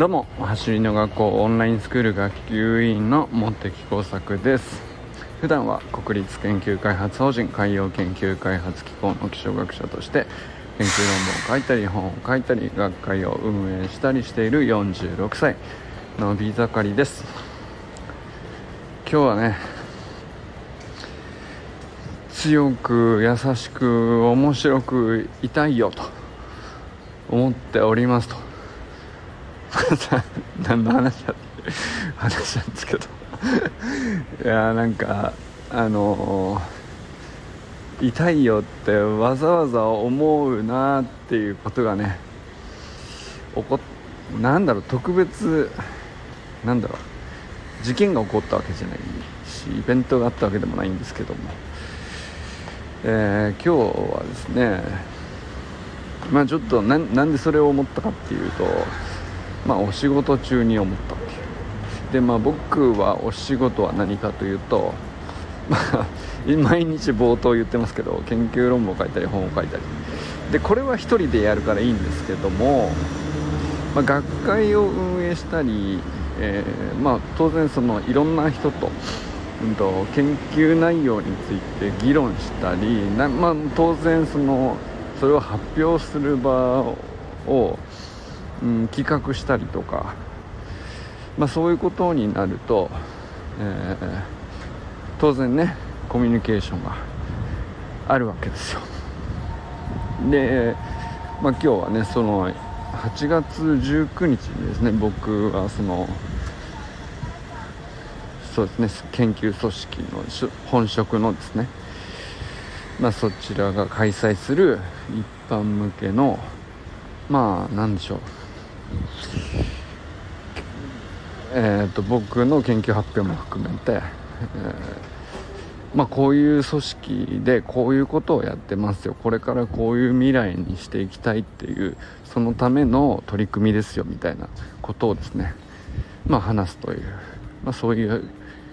どうも、走りの学校オンラインスクール学級委員の茂木耕作です。普段は国立研究開発法人海洋研究開発機構の気象学者として研究論文を書いたり本を書いたり学会を運営したりしている46歳のび盛りです。今日はね、強く優しく面白くいたいよと思っておりますと何の話なんですけどいやなんか痛いよってわざわざ思うなっていうことがね特別事件が起こったわけじゃないしイベントがあったわけでもないんですけども、今日はですねちょっとなんでそれを思ったかっていうと、お仕事中に思ったっていうで、僕はお仕事は何かというと、毎日冒頭言ってますけど研究論文を書いたり本を書いたりで、これは一人でやるからいいんですけども、学会を運営したり、当然そのいろんな人と、研究内容について議論したり当然それを発表する場を、企画したりとか、そういうことになると、当然ねコミュニケーションがあるわけですよ。で、今日はねその8月19日にですね、僕はそうですね研究組織の本職のですね、そちらが開催する一般向けの僕の研究発表も含めて、こういう組織でこういうことをやってますよ、これからこういう未来にしていきたいっていうそのための取り組みですよみたいなことをですね話すという、そういう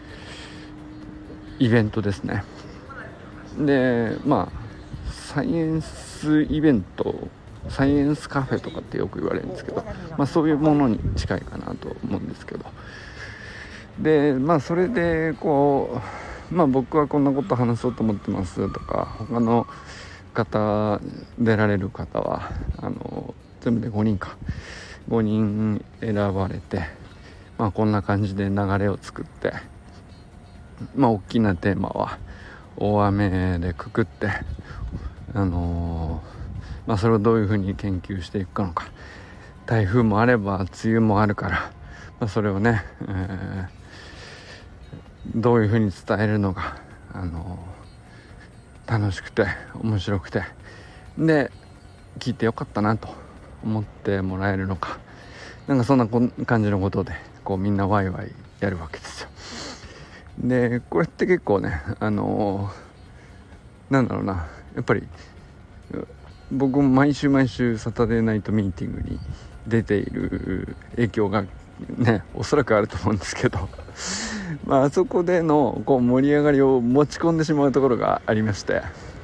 イベントですね。でサイエンスイベント、サイエンスカフェとかってよく言われるんですけど、そういうものに近いかなと思うんですけど、でそれで僕はこんなこと話そうと思ってますとか、他の方出られる方は全部で5人選ばれて、こんな感じで流れを作って、大きなテーマは大雨でくくって、それをどういうふうに研究していくかのか、台風もあれば梅雨もあるから、それをね、どういうふうに伝えるのが楽しくて面白くてで聞いてよかったなと思ってもらえるのか、そんな感じのことでみんなワイワイやるわけですよ。でこれって結構ねやっぱり僕も毎週サタデーナイトミーティングに出ている影響がねおそらくあると思うんですけどあそこでの盛り上がりを持ち込んでしまうところがありまして、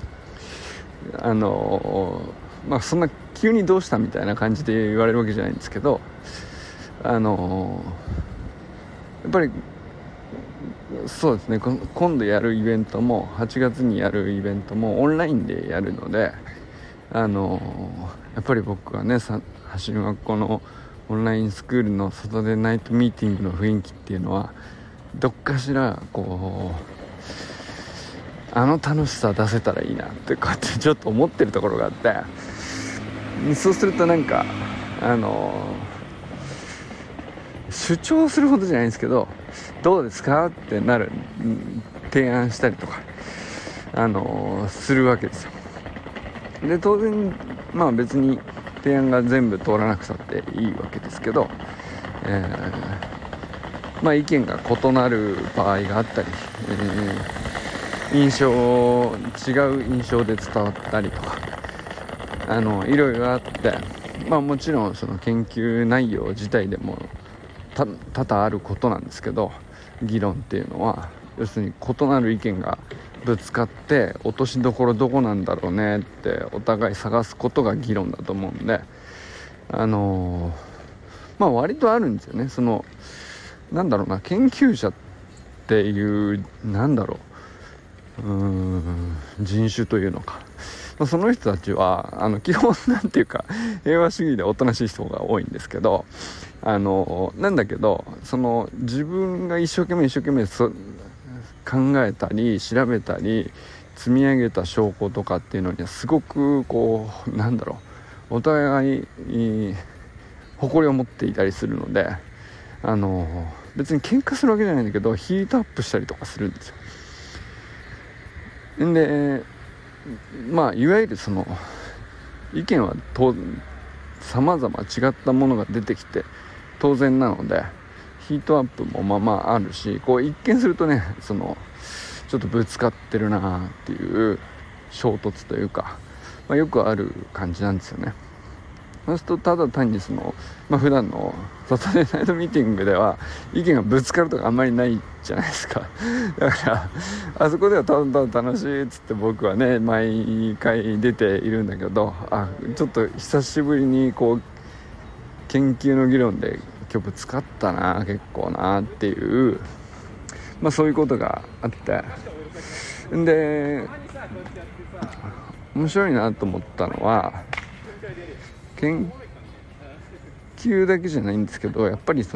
そんな急にどうしたみたいな感じで言われるわけじゃないんですけど、やっぱりそうですね、今度やるイベントも8月にやるイベントもオンラインでやるので、やっぱり僕はね走り学校のオンラインスクールのサタデーナイトミーティングの雰囲気っていうのはどっかしら楽しさ出せたらいいなってこうやってちょっと思ってるところがあって、そうすると主張するほどじゃないんですけど、どうですかってなる提案したりとかするわけですよ。で当然別に提案が全部通らなくたっていいわけですけど、意見が異なる場合があったり、違う印象で伝わったりとかいろいろあって、もちろんその研究内容自体でも多々あることなんですけど、議論っていうのは要するに異なる意見がぶつかって落としどころどこなんだろうねってお互い探すことが議論だと思うんで、 まあ割とあるんですよね。なんだろうな、研究者っていう人種というのか、その人たちは基本なんていうか平和主義でおとなしい人が多いんですけど、なんだけど自分が一生懸命考えたり調べたり積み上げた証拠とかっていうのにはすごくお互いに誇りを持っていたりするので、別に喧嘩するわけじゃないんだけどヒートアップしたりとかするんですよ。でまあいわゆる意見は様々違ったものが出てきて当然なので、ヒートアップもまああるし、一見するとねちょっとぶつかってるなっていう衝突というか、よくある感じなんですよね。そうするとただ単に普段のサタデーナイトミーティングでは意見がぶつかるとかあんまりないじゃないですか。だからあそこではただ楽しいっつって僕はね毎回出ているんだけど、ちょっと久しぶりに研究の議論で今日ぶつかったな結構なっていう、そういうことがあって、で面白いなと思ったのは、研究だけじゃないんですけど、やっぱり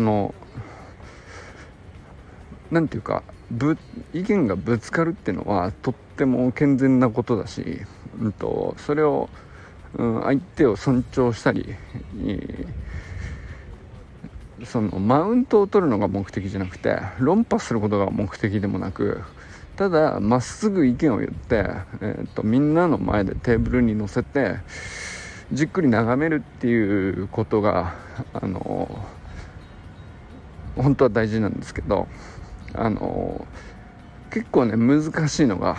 なんていうか意見がぶつかるっていうのはとっても健全なことだし、それを、相手を尊重したり、マウントを取るのが目的じゃなくて論破することが目的でもなく、ただまっすぐ意見を言って、みんなの前でテーブルに乗せてじっくり眺めるっていうことが本当は大事なんですけど、結構ね難しいのが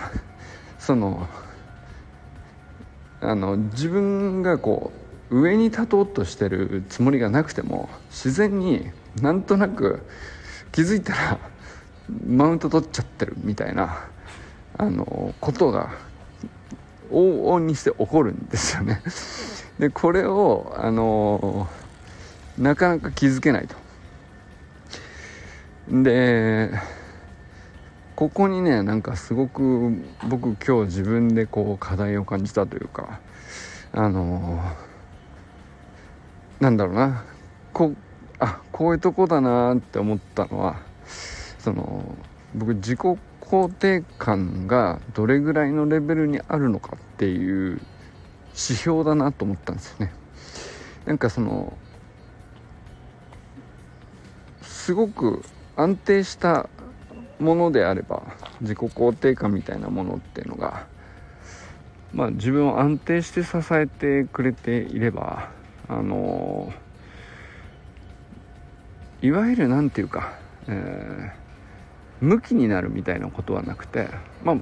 自分が上に立とうとしてるつもりがなくても自然になんとなく気づいたらマウント取っちゃってるみたいなことが往々にして起こるんですよね。でこれをなかなか気づけないと。でここにねすごく僕今日自分で課題を感じたというか、なんだろうな、こういうとこだなって思ったのは、僕自己肯定感がどれぐらいのレベルにあるのかっていう指標だなと思ったんですよね。すごく安定したものであれば、自己肯定感みたいなものっていうのが、自分を安定して支えてくれていれば、いわゆるなんていうか、向きになるみたいなことはなくて、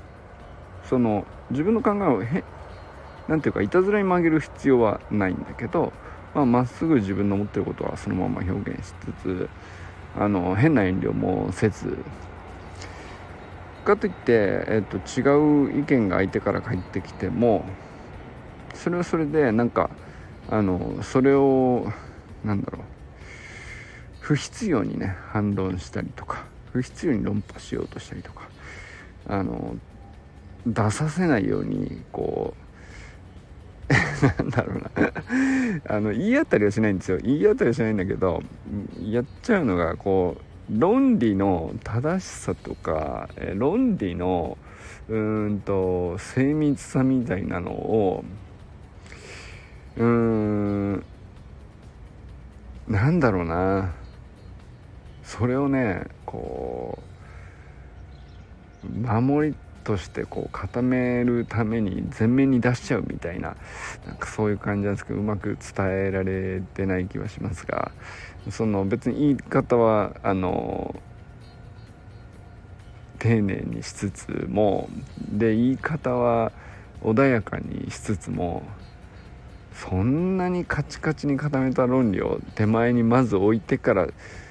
自分の考えをなんていうかいたずらに曲げる必要はないんだけど、まっすぐ自分の持っていることはそのまま表現しつつ、変な遠慮もせず、かといって、違う意見が相手から返ってきてもそれはそれでそれを不必要にね反論したりとか、不必要に論破しようとしたりとか、出させないように言い当たりはしないんですよ。言い当たりはしないんだけど、やっちゃうのが論理の正しさとか論理の精密さみたいなのをそれをね守りとして固めるために前面に出しちゃうみたいな、そういう感じなんですけど、うまく伝えられてない気はしますが、別に言い方は丁寧にしつつも、で言い方は穏やかにしつつも、そんなにカチカチに固めた論理を手前にまず置いてから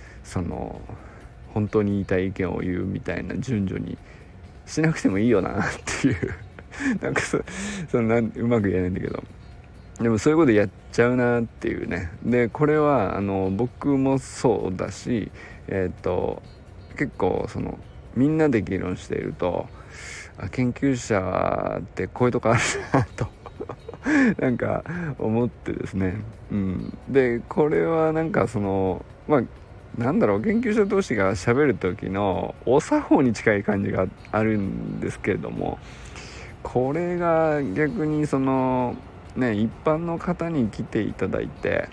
本当に言いたい意見を言うみたいな順序にしなくてもいいよなっていううまく言えないんだけど、 でもそういうことやっちゃうなっていうね。でこれは僕もそうだし、結構みんなで議論していると、研究者ってこういうとこあるなとなんか思ってですね、でこれはなんかなんだろう、研究者同士が喋る時のお作法に近い感じがあるんですけれども、これが逆に一般の方に来ていただいて、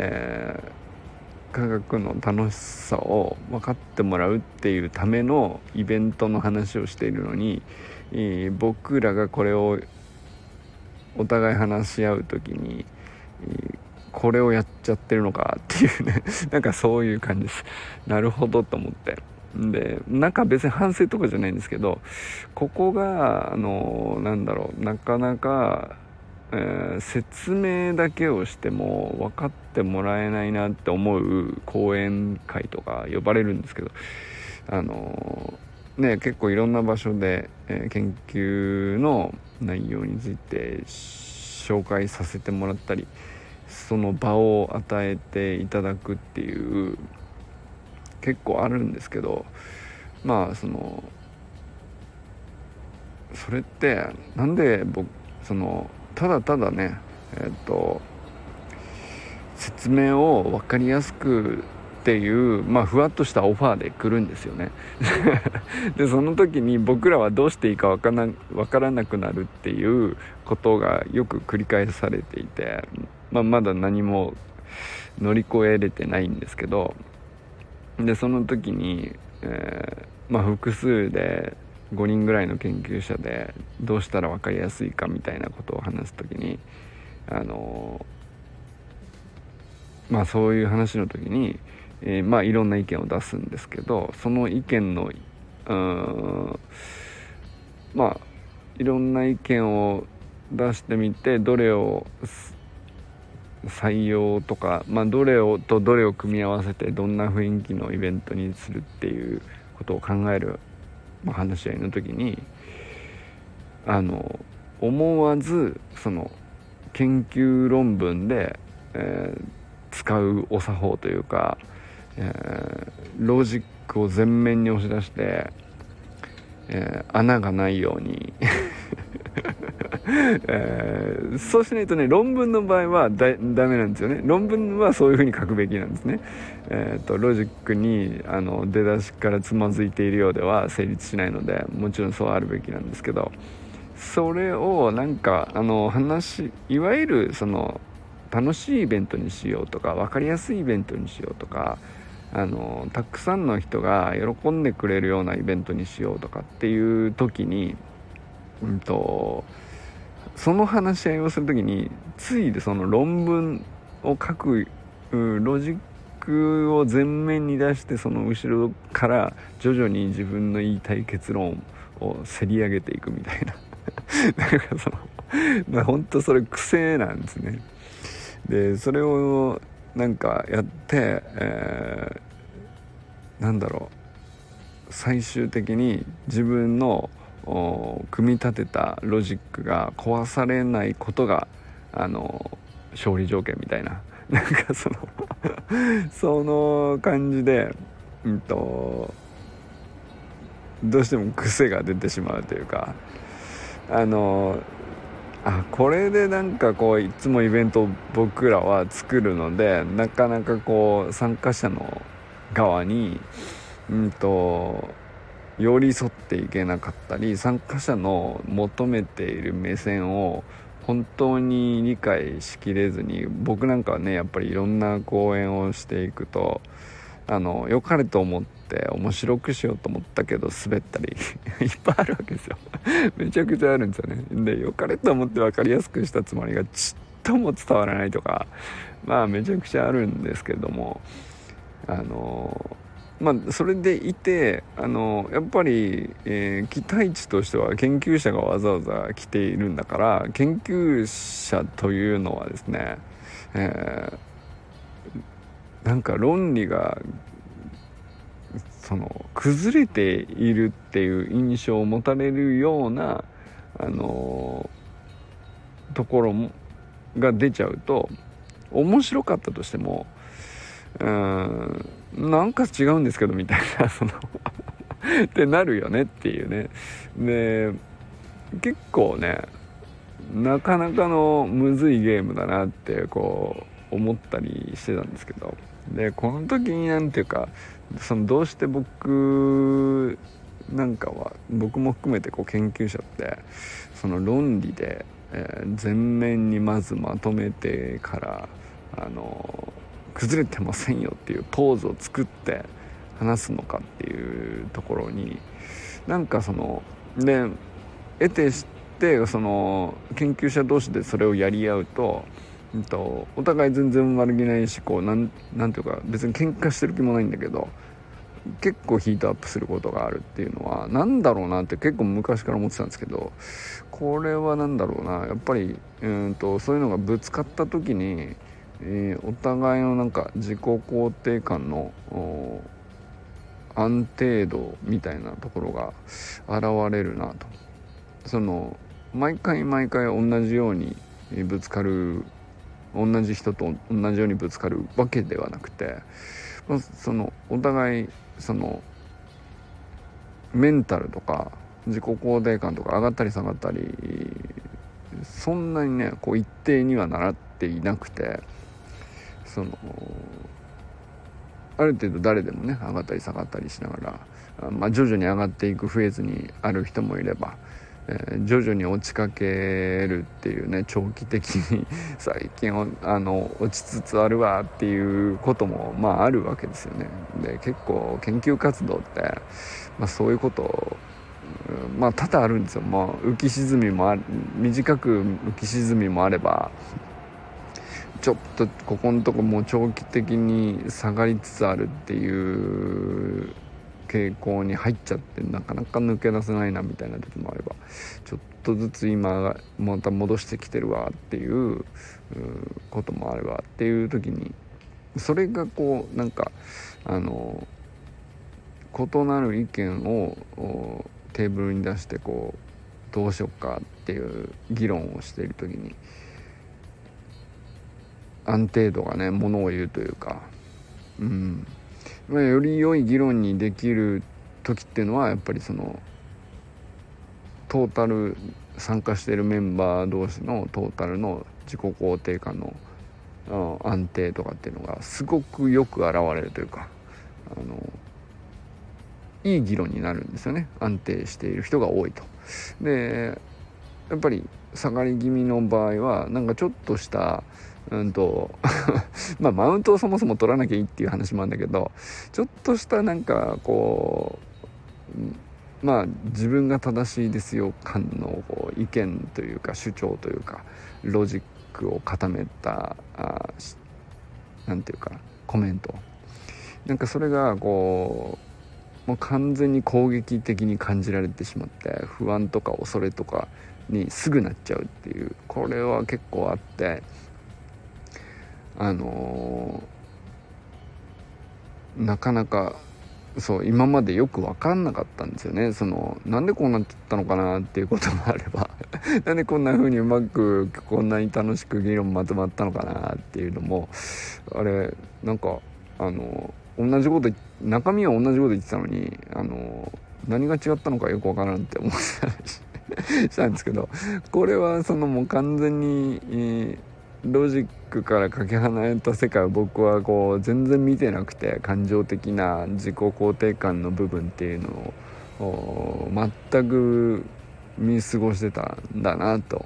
科学の楽しさを分かってもらうっていうためのイベントの話をしているのに、僕らがこれをお互い話し合う時に、これをやっちゃってるのかっていうねなんかそういう感じです。なるほどと思って、でなんか別に反省とかじゃないんですけど、ここがなかなか、説明だけをしても分かってもらえないなって思う講演会とか呼ばれるんですけど、結構いろんな場所で、研究の内容について紹介させてもらったり、その場を与えていただくっていう結構あるんですけど、それってなんでただただね、説明を分かりやすくっていう、ふわっとしたオファーで来るんですよねでその時に僕らはどうしていいか分からなくなるっていうことがよく繰り返されていて、まだ何も乗り越えれてないんですけど、でその時に、複数で5人ぐらいの研究者でどうしたら分かりやすいかみたいなことを話す時に、そういう話の時に、いろんな意見を出すんですけど、その意見のいろんな意見を出してみて、どれを採用とか、どれを組み合わせてどんな雰囲気のイベントにするっていうことを考える、話し合いの時に思わず研究論文で、使うお作法というか、ロジックを前面に押し出して、穴がないようにそうしないとね、論文の場合はダメなんですよね。論文はそういう風に書くべきなんですね。ロジックに出だしからつまずいているようでは成立しないので、もちろんそうあるべきなんですけど、それをいわゆる楽しいイベントにしようとか、分かりやすいイベントにしようとか、たくさんの人が喜んでくれるようなイベントにしようとかっていう時に、その話し合いをする時についでその論文を書くロジックを前面に出して、その後ろから徐々に自分の言いたい結論をせり上げていくみたいななんか本当それ癖なんですね。でそれをやって、最終的に自分の組み立てたロジックが壊されないことが勝利条件みたいなその感じで、どうしても癖が出てしまうというか、これでいつもイベントを僕らは作るので、なかなか参加者の側に寄り添っていけなかったり、参加者の求めている目線を本当に理解しきれずに、僕なんかはねやっぱりいろんな講演をしていくと良かれと思って面白くしようと思ったけど滑ったりいっぱいあるわけですよめちゃくちゃあるんですよね。で良かれと思って分かりやすくしたつもりがちっとも伝わらないとか、めちゃくちゃあるんですけども、それでいてやっぱり、期待値としては研究者がわざわざ来ているんだから、研究者というのはですね、論理が崩れているっていう印象を持たれるようなところもが出ちゃうと、面白かったとしてもなんか違うんですけどみたいなってなるよねっていうね。で結構ねなかなかのむずいゲームだなってこう思ったりしてたんですけど、でこの時になんていうかどうして僕なんかは僕も含めてこう研究者ってその論理で、全面にまずまとめてから崩れてませんよっていうポーズを作って話すのかっていうところになんかで得てしてその研究者同士でそれをやり合うと、お互い全然悪気ないしこうなんていうか別に喧嘩してる気もないんだけど結構ヒートアップすることがあるっていうのはなんだろうなって結構昔から思ってたんですけど、これはなんだろうなやっぱりそういうのがぶつかった時に、お互いのなんか自己肯定感の安定度みたいなところが現れるなと。毎回同じようにぶつかる同じ人と同じようにぶつかるわけではなくて、お互いメンタルとか自己肯定感とか上がったり下がったりそんなにねこう一定にはなっていなくて、ある程度誰でもね上がったり下がったりしながら、徐々に上がっていくフェーズにある人もいれば、徐々に落ちかけるっていうね長期的に最近落ちつつあるわっていうこともあるわけですよね。で結構研究活動って、そういうこと多々あるんですよ。浮き沈みも短く浮き沈みもあればちょっとここのとこもう長期的に下がりつつあるっていう傾向に入っちゃってなかなか抜け出せないなみたいな時もあれば、ちょっとずつ今また戻してきてるわっていうこともあるわっていう時に、それがこうなんか異なる意見をテーブルに出してこうどうしようかっていう議論をしている時に安定度がねものを言うというか、より良い議論にできる時っていうのはやっぱりトータル参加しているメンバー同士のトータルの自己肯定感の安定とかっていうのがすごくよく現れるというかいい議論になるんですよね。安定している人が多いと。でやっぱり下がり気味の場合はなんかちょっとしたマウントをそもそも取らなきゃいいっていう話もあるんだけど、ちょっとしたなんかこう自分が正しいですよ感の意見というか主張というかロジックを固めたなんていうかコメント、なんかそれがこうもう完全に攻撃的に感じられてしまって不安とか恐れとかにすぐなっちゃうっていう、これは結構あって、なかなか今までよく分かんなかったんですよね。なんでこうなっちゃったのかなっていうこともあればなんでこんな風にうまくこんなに楽しく議論まとまったのかなっていうのもあれなんか同じこと中身は同じこと言ってたのに何が違ったのかよく分からんって思ってたりしたんですけど、これはもう完全に、ロジックからかけ離れた世界を僕はこう全然見てなくて、感情的な自己肯定感の部分っていうのを全く見過ごしてたんだなと、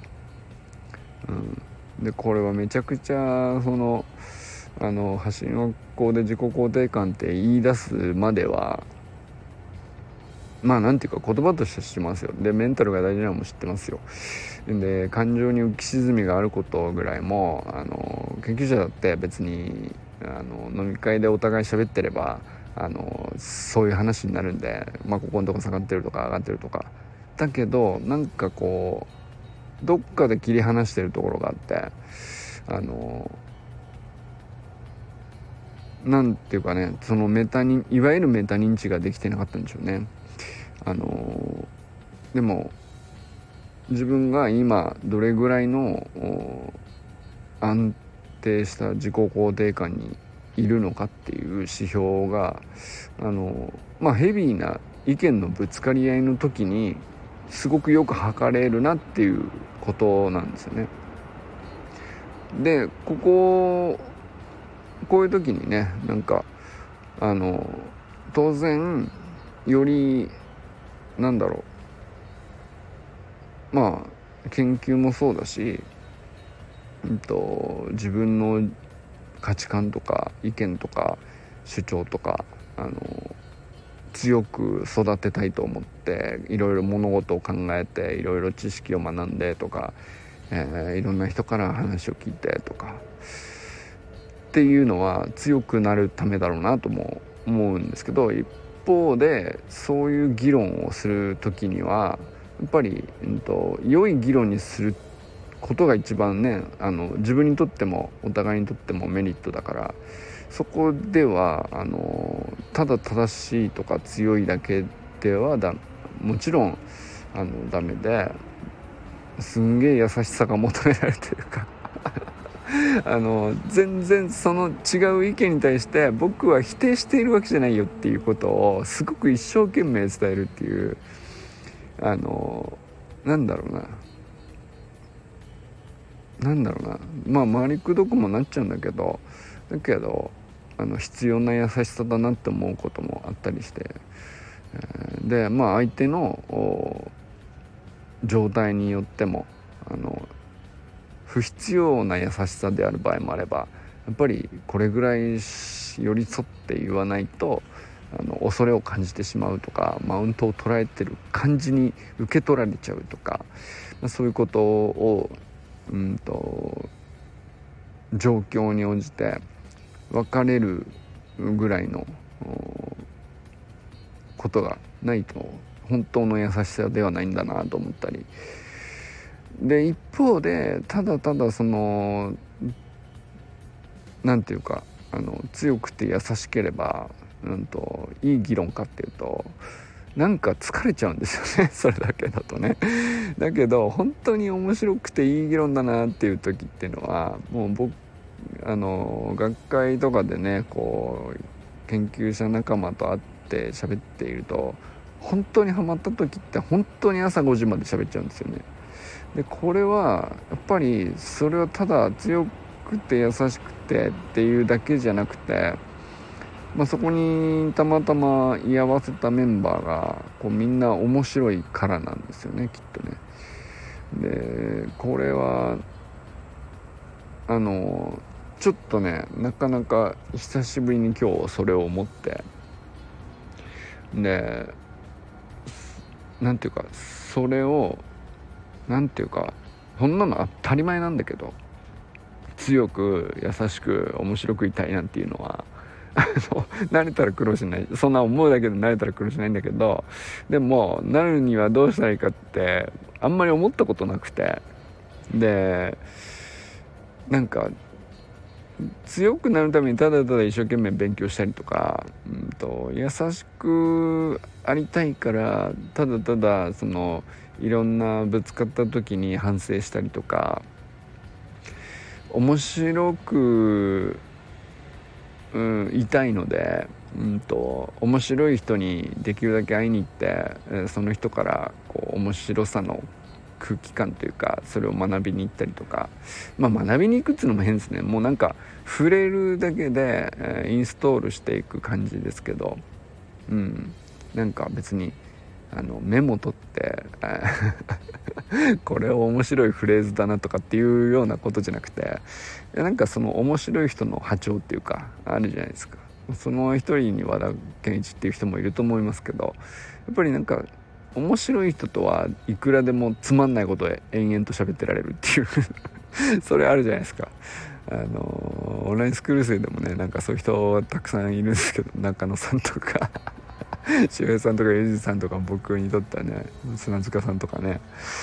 でこれはめちゃくちゃ発信学校で自己肯定感って言い出すまではなんていうか言葉として知ってますよ。でメンタルが大事なのも知ってますよ。で感情に浮き沈みがあることぐらいも研究者だって別に飲み会でお互い喋ってればそういう話になるんで、ここのとこ下がってるとか上がってるとかだけど、なんかこうどっかで切り離してるところがあってなんていうかねいわゆるメタ認知ができてなかったんでしょうね。でも自分が今どれぐらいの安定した自己肯定感にいるのかっていう指標がヘビーな意見のぶつかり合いの時にすごくよく測れるなっていうことなんですよね。でこういう時にね当然より研究もそうだし、自分の価値観とか意見とか主張とか強く育てたいと思っていろいろ物事を考えていろいろ知識を学んでとか、いろんな人から話を聞いてとかっていうのは強くなるためだろうなとも思うんですけど、一方でそういう議論をする時にはやっぱり、良い議論にすることが一番ね自分にとってもお互いにとってもメリットだから、そこではただ正しいとか強いだけではもちろんダメですんげえ優しさが求められてるか全然その違う意見に対して僕は否定しているわけじゃないよっていうことをすごく一生懸命伝えるっていう回りくどくもなっちゃうんだけど必要な優しさだなって思うこともあったりして、で相手の状態によっても不必要な優しさである場合もあれば、やっぱりこれぐらい寄り添って言わないと恐れを感じてしまうとか、マウントを捉えてる感じに受け取られちゃうとか、そういうことを状況に応じて別れるぐらいのことがないと本当の優しさではないんだなと思ったりで、一方でただ強くて優しければいい議論かっていうと疲れちゃうんですよねそれだけだとね。だけど本当に面白くていい議論だなっていう時っていうのはもう学会とかでね研究者仲間と会って喋っていると本当にハマった時って本当に朝5時まで喋っちゃうんですよね。でこれはやっぱりそれはただ強くて優しくてっていうだけじゃなくて、そこにたまたま居合わせたメンバーがみんな面白いからなんですよね、きっとね。でこれはちょっとねなかなか久しぶりに今日それを思って、でそれをそんなの当たり前なんだけど、強く優しく面白くいたいなんていうのは慣れたら苦労しない、そんな思うだけで慣れたら苦労しないんだけど、でもなるにはどうしたらいいかってあんまり思ったことなくて、で強くなるためにただただ一生懸命勉強したりとか、優しくありたいからただただいろんなぶつかった時に反省したりとか、面白く、いたいので、面白い人にできるだけ会いに行って、その人から面白さの空気感というかそれを学びに行ったりとか、学びに行くっていうのも変ですね。もう触れるだけで、インストールしていく感じですけど、別にメモ取ってこれを面白いフレーズだなとかっていうようなことじゃなくて、その面白い人の波長っていうかあるじゃないですか。その一人に和田健一っていう人もいると思いますけど、やっぱり面白い人とはいくらでもつまんないことで延々と喋ってられるっていうそれあるじゃないですか。オンラインスクール生でもねそういう人はたくさんいるんですけど、中野さんとか周平さんとかゆじさんとか僕にとってはね、砂塚さんとかね、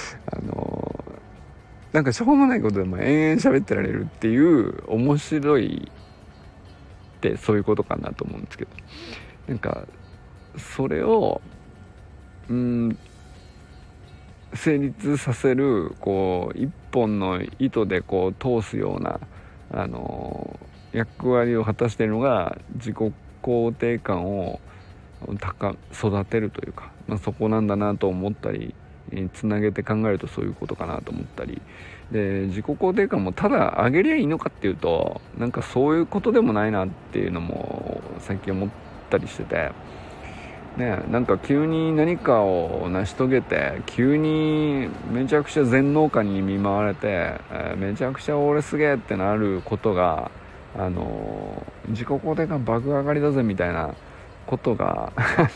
しょうもないことでも延々喋ってられるっていう面白いってそういうことかなと思うんですけど、それを成立させるこう一本の糸でこう通すような役割を果たしているのが自己肯定感を育てるというか、そこなんだなと思ったり、つなげて考えるとそういうことかなと思ったりで、自己肯定感もただ上げりゃいいのかっていうとなんかそういうことでもないなっていうのも最近思ったりしててね、なんか急に何かを成し遂げて急にめちゃくちゃ全能感に見舞われて、めちゃくちゃ俺すげえってなることが自己肯定感爆上がりだぜみたいなことが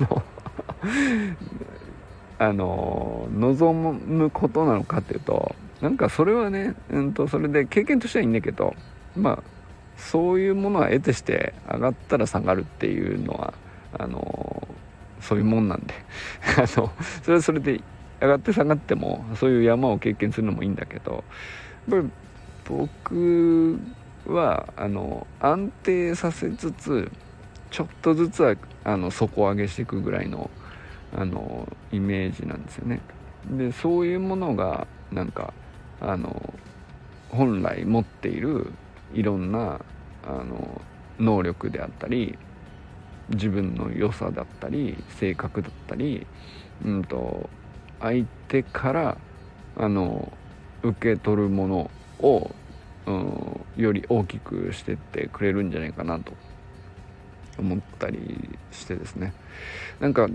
望むことなのかっていうとなんかそれはね、それで経験としてはいいんだけど、そういうものは得てして上がったら下がるっていうのはそういうもんなんでそれはそれで上がって下がってもそういう山を経験するのもいいんだけど、やっぱり僕は安定させつつちょっとずつは底上げしていくぐらいのイメージなんですよね。でそういうものがなんか本来持っているいろんな能力であったり自分の良さだったり性格だったり、相手から受け取るものを、より大きくしてってくれるんじゃないかなと思ったりしてですね、なんか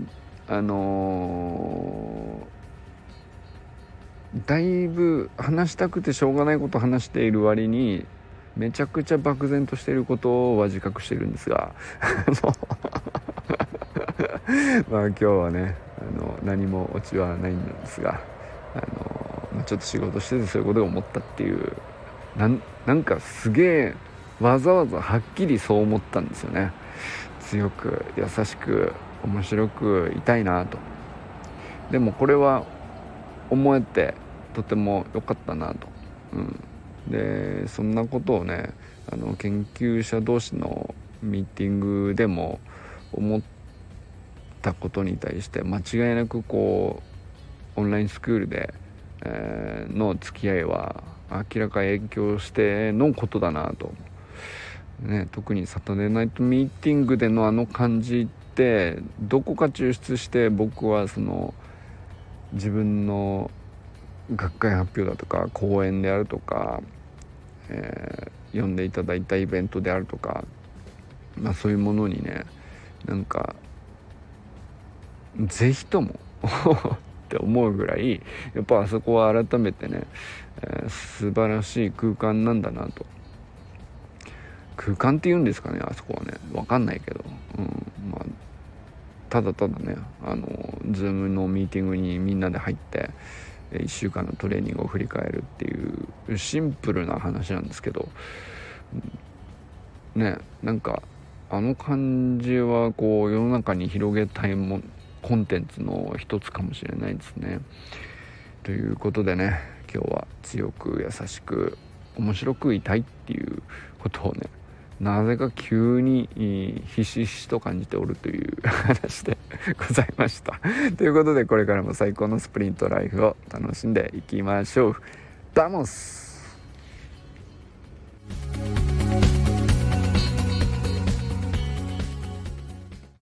だいぶ話したくてしょうがないことを話している割にめちゃくちゃ漠然としていることは自覚しているんですが今日はね何もオチはないんですがちょっと仕事しててそういうことを思ったっていうなんかすげえわざわざはっきりそう思ったんですよね。強く優しく面白くいたいなと。でもこれは思えてとても良かったなと、でそんなことをね研究者同士のミーティングでも思ったことに対して間違いなくこうオンラインスクールで、の付き合いは明らか影響してのことだなと、特にサタデーナイトミーティングでの感じってどこか抽出して僕はその自分の学会発表だとか講演であるとか、呼んでいただいたイベントであるとか、そういうものにねなんかぜひともって思うぐらいやっぱあそこは改めてね、素晴らしい空間なんだなと。空間って言うんですかねあそこはね分かんないけど、ただただねZoom のミーティングにみんなで入って1週間のトレーニングを振り返るっていうシンプルな話なんですけど、なんか感じはこう世の中に広げたいコンテンツの一つかもしれないですね。ということでね今日は強く優しく面白くいたいっていうことをねなぜか急にひしひしと感じておるという話でございましたということでこれからも最高のスプリントライフを楽しんでいきましょう。バモス。